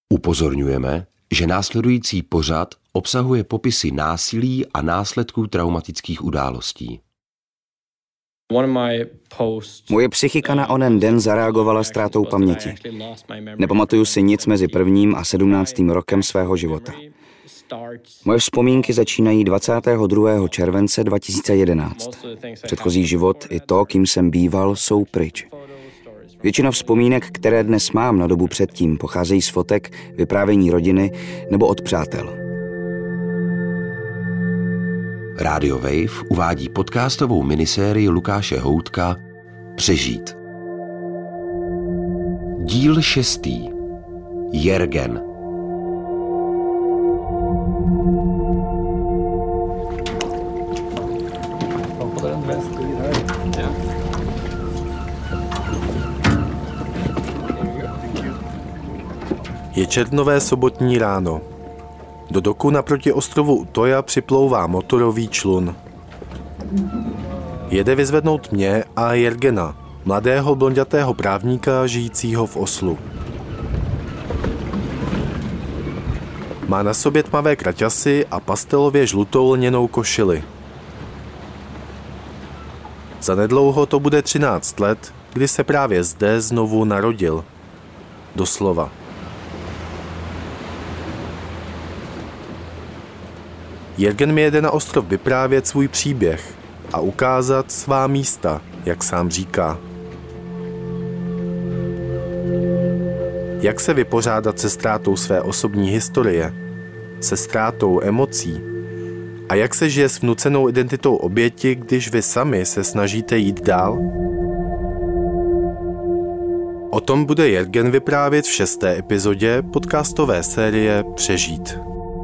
Upozorňujeme, že následující pořad obsahuje popisy násilí a následků traumatických událostí. Moje psychika na onen den zareagovala ztrátou paměti. Nepamatuju si nic mezi 1. a 17. rokem svého života. Moje vzpomínky začínají 22. července 2011. Předchozí život i to, kým jsem býval, jsou pryč. Většina vzpomínek, které dnes mám na dobu předtím, pocházejí z fotek, vyprávění rodiny nebo od přátel. Radio Wave uvádí podcastovou minisérii Lukáše Houtka Přežít. Díl 6. Jergen. Je červnové sobotní ráno. Do doku naproti ostrovu Utoja připlouvá motorový člun. Jede vyzvednout mě a Jergena, mladého blonďatého právníka žijícího v Oslu. Má na sobě tmavé kraťasy a pastelově žlutou lněnou košili. Zanedlouho to bude 13 let, kdy se právě zde znovu narodil. Doslova. Jergen mi jede na ostrov vyprávět svůj příběh a ukázat svá místa, jak sám říká. Jak se vypořádat se ztrátou své osobní historie, se ztrátou emocí a jak se žije s vnucenou identitou oběti, když vy sami se snažíte jít dál? O tom bude Jergen vyprávět v 6. epizodě podcastové série Přežít.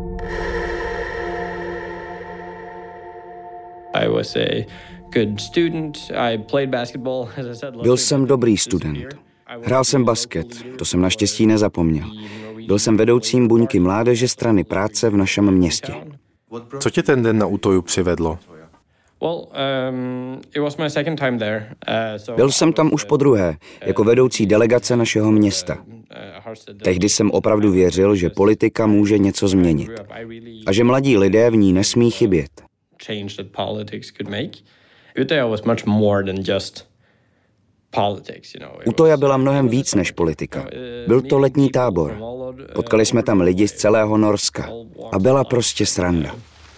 Byl jsem dobrý student. Hrál jsem basket, to jsem naštěstí nezapomněl. Byl jsem vedoucím buňky mládeže strany práce v našem městě. Co tě ten den na Utoju přivedlo? Byl jsem tam už podruhé, jako vedoucí delegace našeho města. Tehdy jsem opravdu věřil, že politika může něco změnit a že mladí lidé v ní nesmí chybět. Utoja byla mnohem víc než politika. Byl to letní tábor. Potkali jsme tam lidi z celého Norska a byla prostě sranda.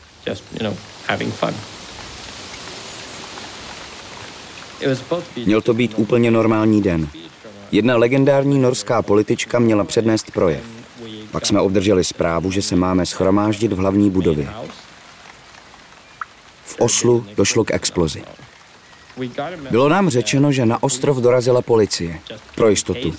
Měl to být úplně normální den. Jedna legendární norská politička měla přednést projev. Pak jsme obdrželi zprávu, že se máme shromáždit v hlavní budově. V Oslu došlo k explozi. Bylo nám řečeno, že na ostrov dorazila policie. Pro jistotu.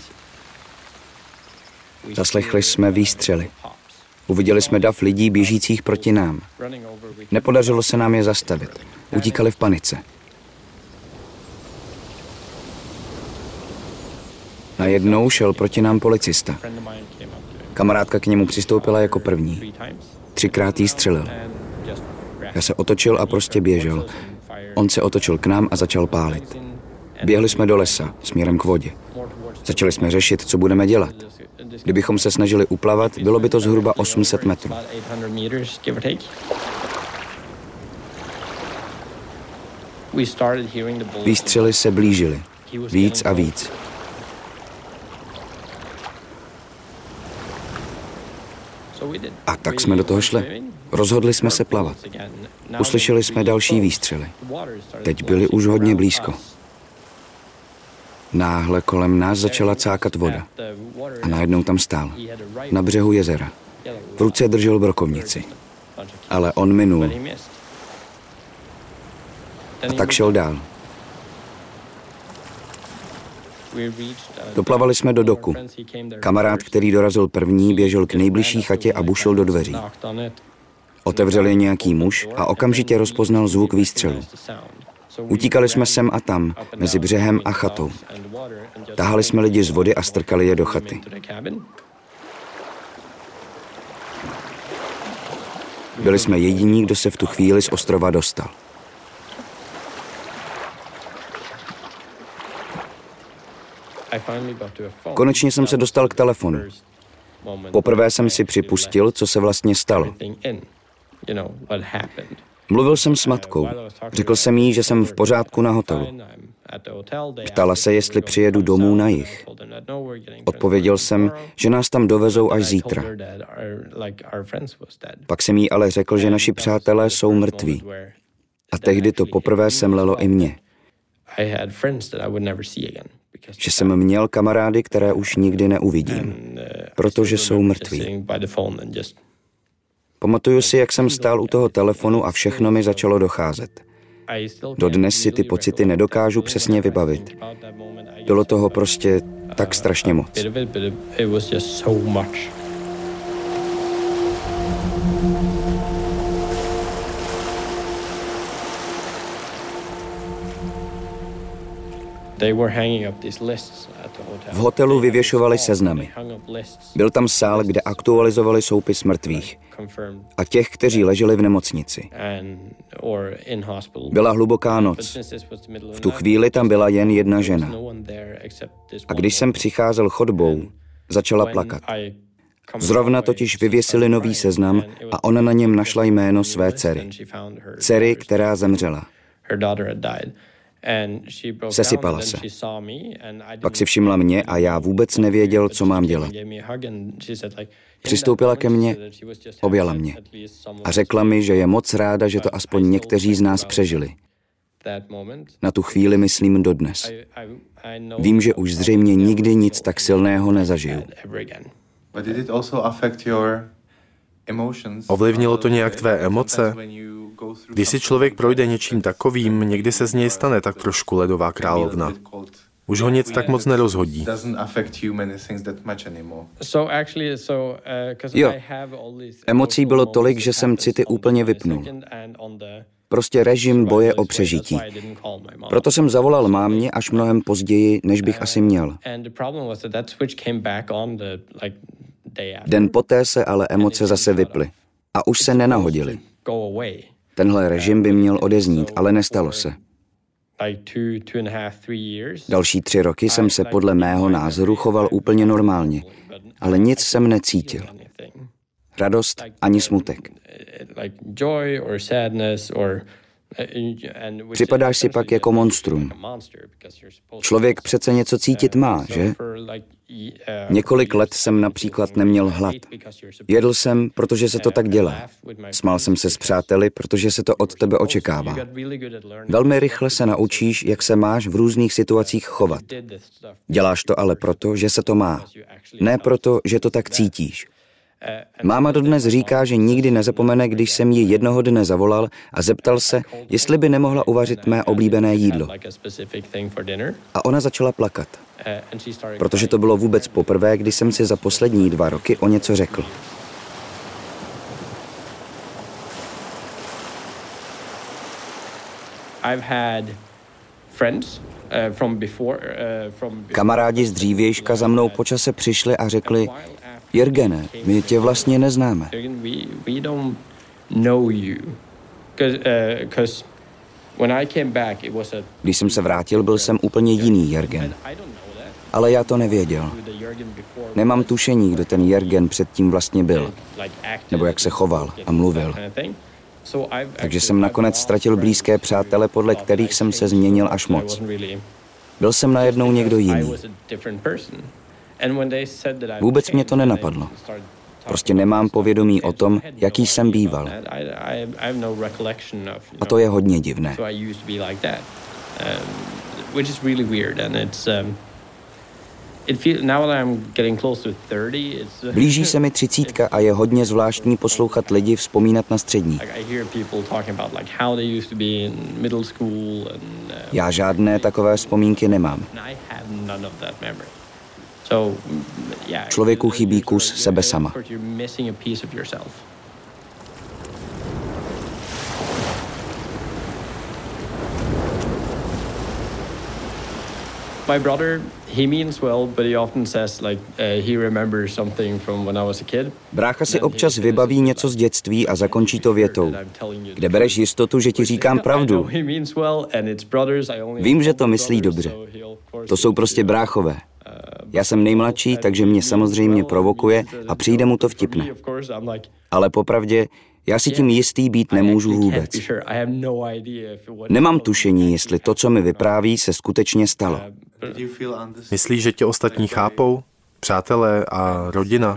Zaslechli jsme výstřely. Uviděli jsme dav lidí běžících proti nám. Nepodařilo se nám je zastavit. Utíkali v panice. Najednou šel proti nám policista. Kamarádka k němu přistoupila jako první. 3krát jí střelil. Já se otočil a prostě běžel. On se otočil k nám a začal pálit. Běhli jsme do lesa, směrem k vodě. Začali jsme řešit, co budeme dělat. Kdybychom se snažili uplavat, bylo by to zhruba 800 metrů. Výstřely se blížily. Víc a víc. A tak jsme do toho šli. Rozhodli jsme se plavat. Uslyšeli jsme další výstřely. Teď byli už hodně blízko. Náhle kolem nás začala cákat voda. A najednou tam stál. Na břehu jezera. V ruce držel brokovnici. Ale on minul. A tak šel dál. Doplavali jsme do doku. Kamarád, který dorazil první, běžel k nejbližší chatě a bušil do dveří. Otevřel je nějaký muž a okamžitě rozpoznal zvuk výstřelu. Utíkali jsme sem a tam, mezi břehem a chatou. Tahali jsme lidi z vody a strkali je do chaty. Byli jsme jediní, kdo se v tu chvíli z ostrova dostal. Konečně jsem se dostal k telefonu. Poprvé jsem si připustil, co se vlastně stalo. Mluvil jsem s matkou. Řekl jsem jí, že jsem v pořádku na hotelu. Ptala se, jestli přijedu domů na jih. Odpověděl jsem, že nás tam dovezou až zítra. Pak jsem jí ale řekl, že naši přátelé jsou mrtví. A tehdy to poprvé semlelo i mě. Že jsem měl kamarády, které už nikdy neuvidím, protože jsou mrtví. Pamatuju si, jak jsem stál u toho telefonu a všechno mi začalo docházet. Dodnes si ty pocity nedokážu přesně vybavit. Bylo toho prostě tak strašně moc. V hotelu vyvěšovali seznamy. Byl tam sál, kde aktualizovali soupis mrtvých a těch, kteří leželi v nemocnici. Byla hluboká noc. V tu chvíli tam byla jen jedna žena. A když jsem přicházel chodbou, začala plakat. Zrovna totiž vyvěsili nový seznam a ona na něm našla jméno své dcery. Dcery, která zemřela. Sesypala se. Pak si všimla mě a já vůbec nevěděl, co mám dělat. Přistoupila ke mně, objala mě a řekla mi, že je moc ráda, že to aspoň někteří z nás přežili. Na tu chvíli myslím dodnes. Vím, že už zřejmě nikdy nic tak silného nezažiju. Ovlivnilo to nějak tvé emoce? Když si člověk projde něčím takovým, někdy se z něj stane tak trošku ledová královna. Už ho nic tak moc nerozhodí. Jo, emocí bylo tolik, že jsem city úplně vypnul. Prostě režim boje o přežití. Proto jsem zavolal mámě až mnohem později, než bych asi měl. Den poté se ale emoce zase vyply. A už se nenahodily. Tenhle režim by měl odeznít, ale nestalo se. Další 3 roky jsem se podle mého názoru choval úplně normálně, ale nic jsem necítil. Radost ani smutek. Připadáš si pak jako monstrum. Člověk přece něco cítit má, že? Několik let jsem například neměl hlad. Jedl jsem, protože se to tak dělá. Smál jsem se s přáteli, protože se to od tebe očekává. Velmi rychle se naučíš, jak se máš v různých situacích chovat. Děláš to ale proto, že se to má. Ne proto, že to tak cítíš. Máma dodnes říká, že nikdy nezapomene, když jsem ji jednoho dne zavolal a zeptal se, jestli by nemohla uvařit mé oblíbené jídlo. A ona začala plakat. Protože to bylo vůbec poprvé, kdy jsem si za poslední 2 roky o něco řekl. Kamarádi z dřívějška za mnou po čase přišli a řekli: Jirgene, my tě vlastně neznáme. Když jsem se vrátil, byl jsem úplně jiný Jirgen. Ale já to nevěděl. Nemám tušení, kdo ten Jirgen předtím vlastně byl. Nebo jak se choval a mluvil. Takže jsem nakonec ztratil blízké přátele, podle kterých jsem se změnil až moc. Byl jsem najednou někdo jiný. Vůbec mě to nenapadlo. Prostě nemám povědomí o tom, jaký jsem býval. A to je hodně divné. Blíží se mi 30 a je hodně zvláštní poslouchat lidi vzpomínat na střední. Já žádné takové vzpomínky nemám. Člověku chybí kus sebe sama. My brother, he means well, but he often says he remembers something from when I was a kid. Brácha si občas vybaví něco z dětství a zakončí to větou: Kde bereš jistotu, že ti říkám pravdu? Vím, že to myslí dobře. To jsou prostě bráchové. Já jsem nejmladší, takže mě samozřejmě provokuje a přijde mu to vtipné. Ale popravdě, já si tím jistý být nemůžu vůbec. Nemám tušení, jestli to, co mi vypráví, se skutečně stalo. Myslíš, že tě ostatní chápou? Přátelé a rodina?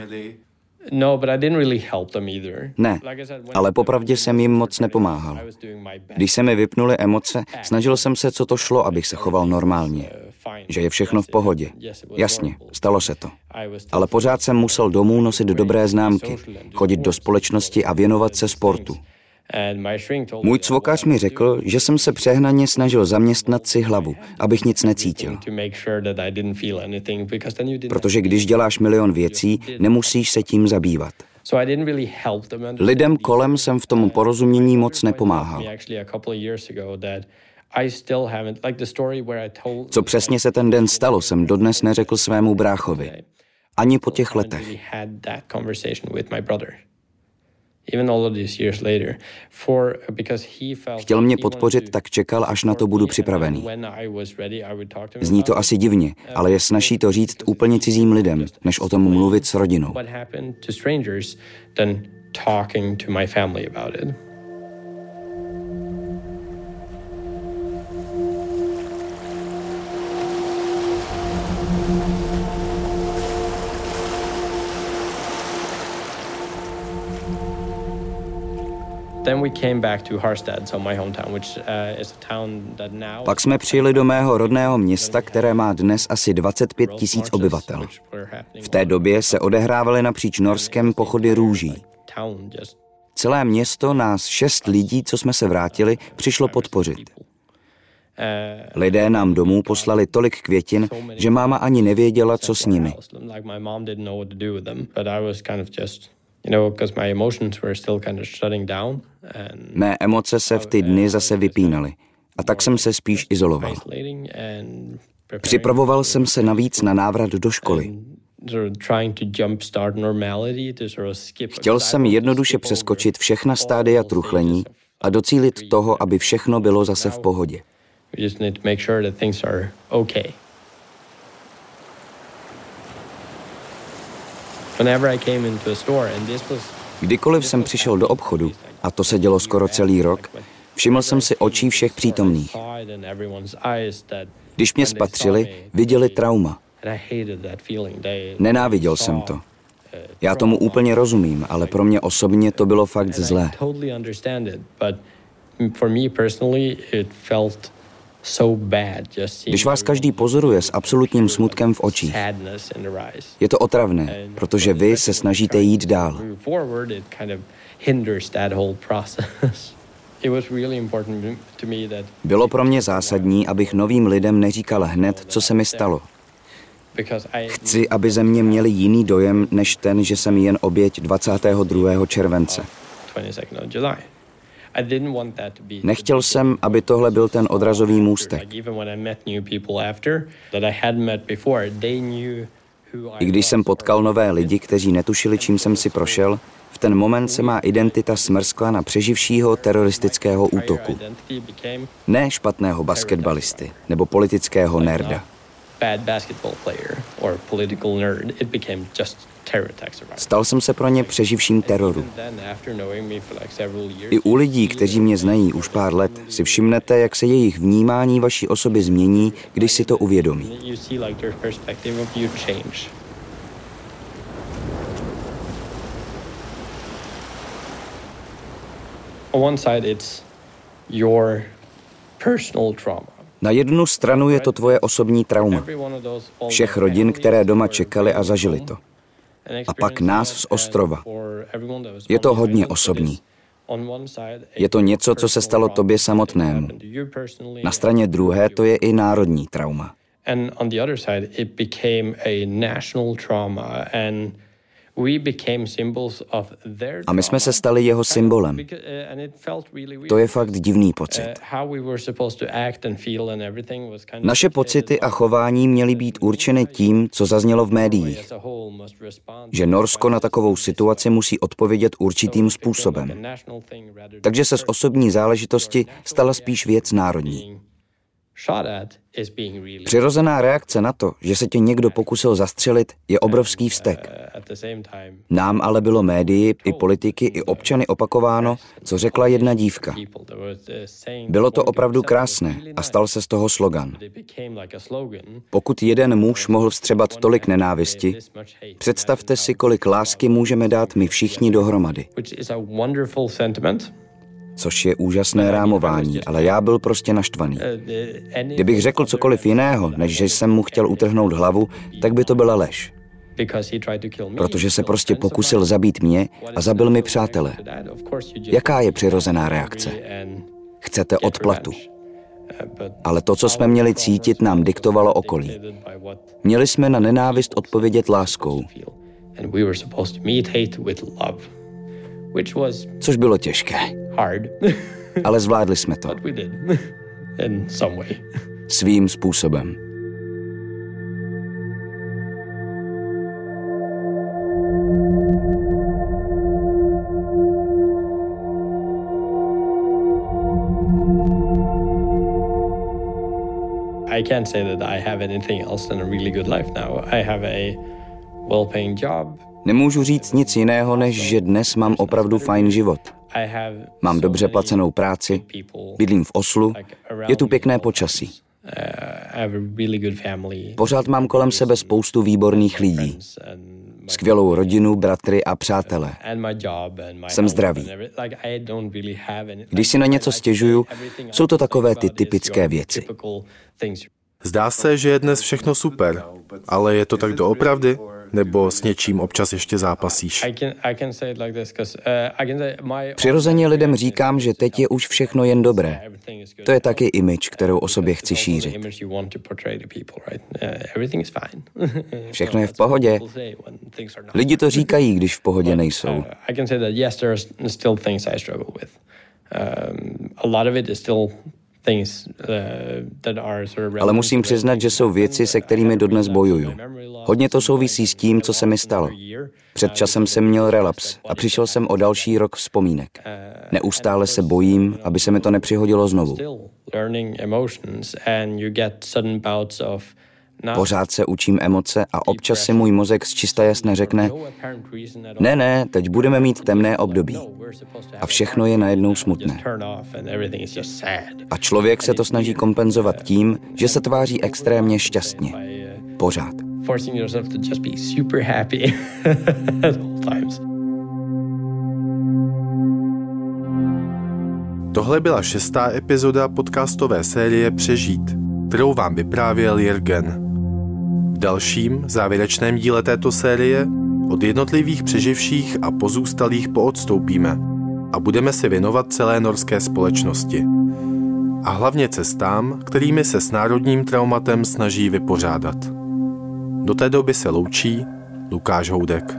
Ne, ale popravdě jsem jim moc nepomáhal. Když se mi vypnuly emoce, snažil jsem se, co to šlo, abych se choval normálně. Že je všechno v pohodě. Jasně, stalo se to. Ale pořád jsem musel domů nosit dobré známky, chodit do společnosti a věnovat se sportu. Můj cvokař mi řekl, že jsem se přehnaně snažil zaměstnat si hlavu, abych nic necítil. Protože když děláš milion věcí, nemusíš se tím zabývat. Lidem kolem jsem v tom porozumění moc nepomáhal. Co přesně se ten den stalo, jsem dodnes neřekl svému bráchovi. Ani po těch letech. Chtěl mě podpořit, tak čekal, až na to budu připravený. Zní to asi divně, ale je snazší to říct úplně cizím lidem, než o tom mluvit s rodinou. Pak jsme přijeli do mého rodného města, které má dnes asi 25 000 obyvatel. V té době se odehrávaly napříč Norskem pochody růží. Celé město, nás 6 lidí, co jsme se vrátili, přišlo podpořit. Lidé nám domů poslali tolik květin, že máma ani nevěděla, co s nimi. Mé emoce se v ty dny zase vypínaly a tak jsem se spíš izoloval. Připravoval jsem se navíc na návrat do školy. Chtěl jsem jednoduše přeskočit všechna stádia truchlení a docílit toho, aby všechno bylo zase v pohodě. Kdykoliv jsem přišel do obchodu, a to se dělo skoro celý rok, všiml jsem si očí všech přítomných. Když mě spatřili, viděli trauma. Nenáviděl jsem to. Já tomu úplně rozumím, ale pro mě osobně to bylo fakt zlé. Když vás každý pozoruje s absolutním smutkem v očích, je to otravné, protože vy se snažíte jít dál. Bylo pro mě zásadní, abych novým lidem neříkal hned, co se mi stalo. Chci, aby ze mě měli jiný dojem, než ten, že jsem jen oběť 22. července. Nechtěl jsem, aby tohle byl ten odrazový můstek. I když jsem potkal nové lidi, kteří netušili, čím jsem si prošel, v ten moment se má identita smrskla na přeživšího teroristického útoku. Ne špatného basketbalisty nebo politického nerda. Stal jsem se pro ně přeživším teroru. I u lidí, kteří mě znají už pár let, si všimnete, jak se jejich vnímání vaší osoby změní, když si to uvědomí. Na jednu stranu je to tvoje osobní trauma. Všech rodin, které doma čekali a zažili to. A pak nás z ostrova. Je to hodně osobní. Je to něco, co se stalo tobě samotnému. Na straně druhé to je i národní trauma. A my jsme se stali jeho symbolem. To je fakt divný pocit. Naše pocity a chování měly být určeny tím, co zaznělo v médiích. Že Norsko na takovou situaci musí odpovědět určitým způsobem. Takže se z osobní záležitosti stala spíš věc národní. Přirozená reakce na to, že se tě někdo pokusil zastřelit, je obrovský vztek. Nám ale bylo médii, i politiky, i občany opakováno, co řekla jedna dívka. Bylo to opravdu krásné a stal se z toho slogan. Pokud jeden muž mohl vstřebat tolik nenávisti, představte si, kolik lásky můžeme dát my všichni dohromady. Což je úžasné rámování, ale já byl prostě naštvaný. Kdybych řekl cokoliv jiného, než že jsem mu chtěl utrhnout hlavu, tak by to byla lež. Protože se prostě pokusil zabít mě a zabil mi přátele. Jaká je přirozená reakce? Chcete odplatu. Ale to, co jsme měli cítit, nám diktovalo okolí. Měli jsme na nenávist odpovědět láskou. Což bylo těžké. Ale zvládli jsme to. Svým způsobem. I can't say that I have anything else than a really good life now. I have a well-paying job. Nemůžu říct nic jiného, než že dnes mám opravdu fajn život. Mám dobře placenou práci, bydlím v Oslu, je tu pěkné počasí. Pořád mám kolem sebe spoustu výborných lidí. Skvělou rodinu, bratry a přátele. Jsem zdravý. Když si na něco stěžuju, jsou to takové ty typické věci. Zdá se, že je dnes všechno super, ale je to tak doopravdy? Nebo s něčím občas ještě zápasíš? Přirozeně lidem říkám, že teď je už všechno jen dobré. To je taky image, kterou o sobě chci šířit. Všechno je v pohodě. Lidi to říkají, když v pohodě nejsou. Ale musím přiznat, že jsou věci, se kterými dodnes bojuju. Hodně to souvisí s tím, co se mi stalo. Před časem jsem měl relaps a přišel jsem o další rok vzpomínek. Neustále se bojím, aby se mi to nepřihodilo znovu. Pořád se učím emoce a občas si můj mozek zčista jasně řekne, ne, teď budeme mít temné období. A všechno je najednou smutné. A člověk se to snaží kompenzovat tím, že se tváří extrémně šťastně. Pořád. Tohle byla 6. epizoda podcastové série Přežít, kterou vám vyprávěl Jürgen. V dalším, závěrečném díle této série od jednotlivých přeživších a pozůstalých poodstoupíme a budeme se věnovat celé norské společnosti. A hlavně cestám, kterými se s národním traumatem snaží vypořádat. Do té doby se loučí Lukáš Houdek.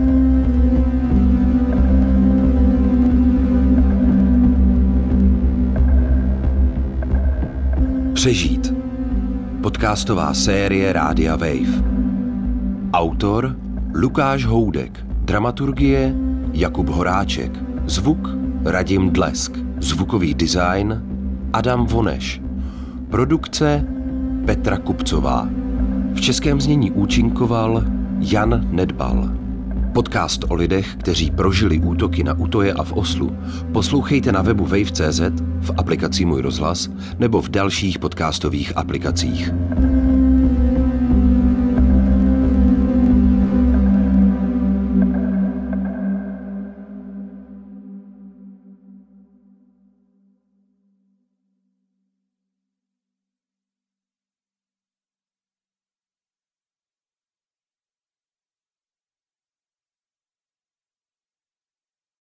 Přežít. Podcastová série Rádia Wave. Autor Lukáš Houdek. Dramaturgie Jakub Horáček. Zvuk Radim Dlesk. Zvukový design Adam Voneš. Produkce Petra Kupcová. V českém znění účinkoval Jan Nedbal. Podcast o lidech, kteří prožili útoky na Utoje a v Oslu, poslouchejte na webu wave.cz, v aplikaci Můj rozhlas nebo v dalších podcastových aplikacích.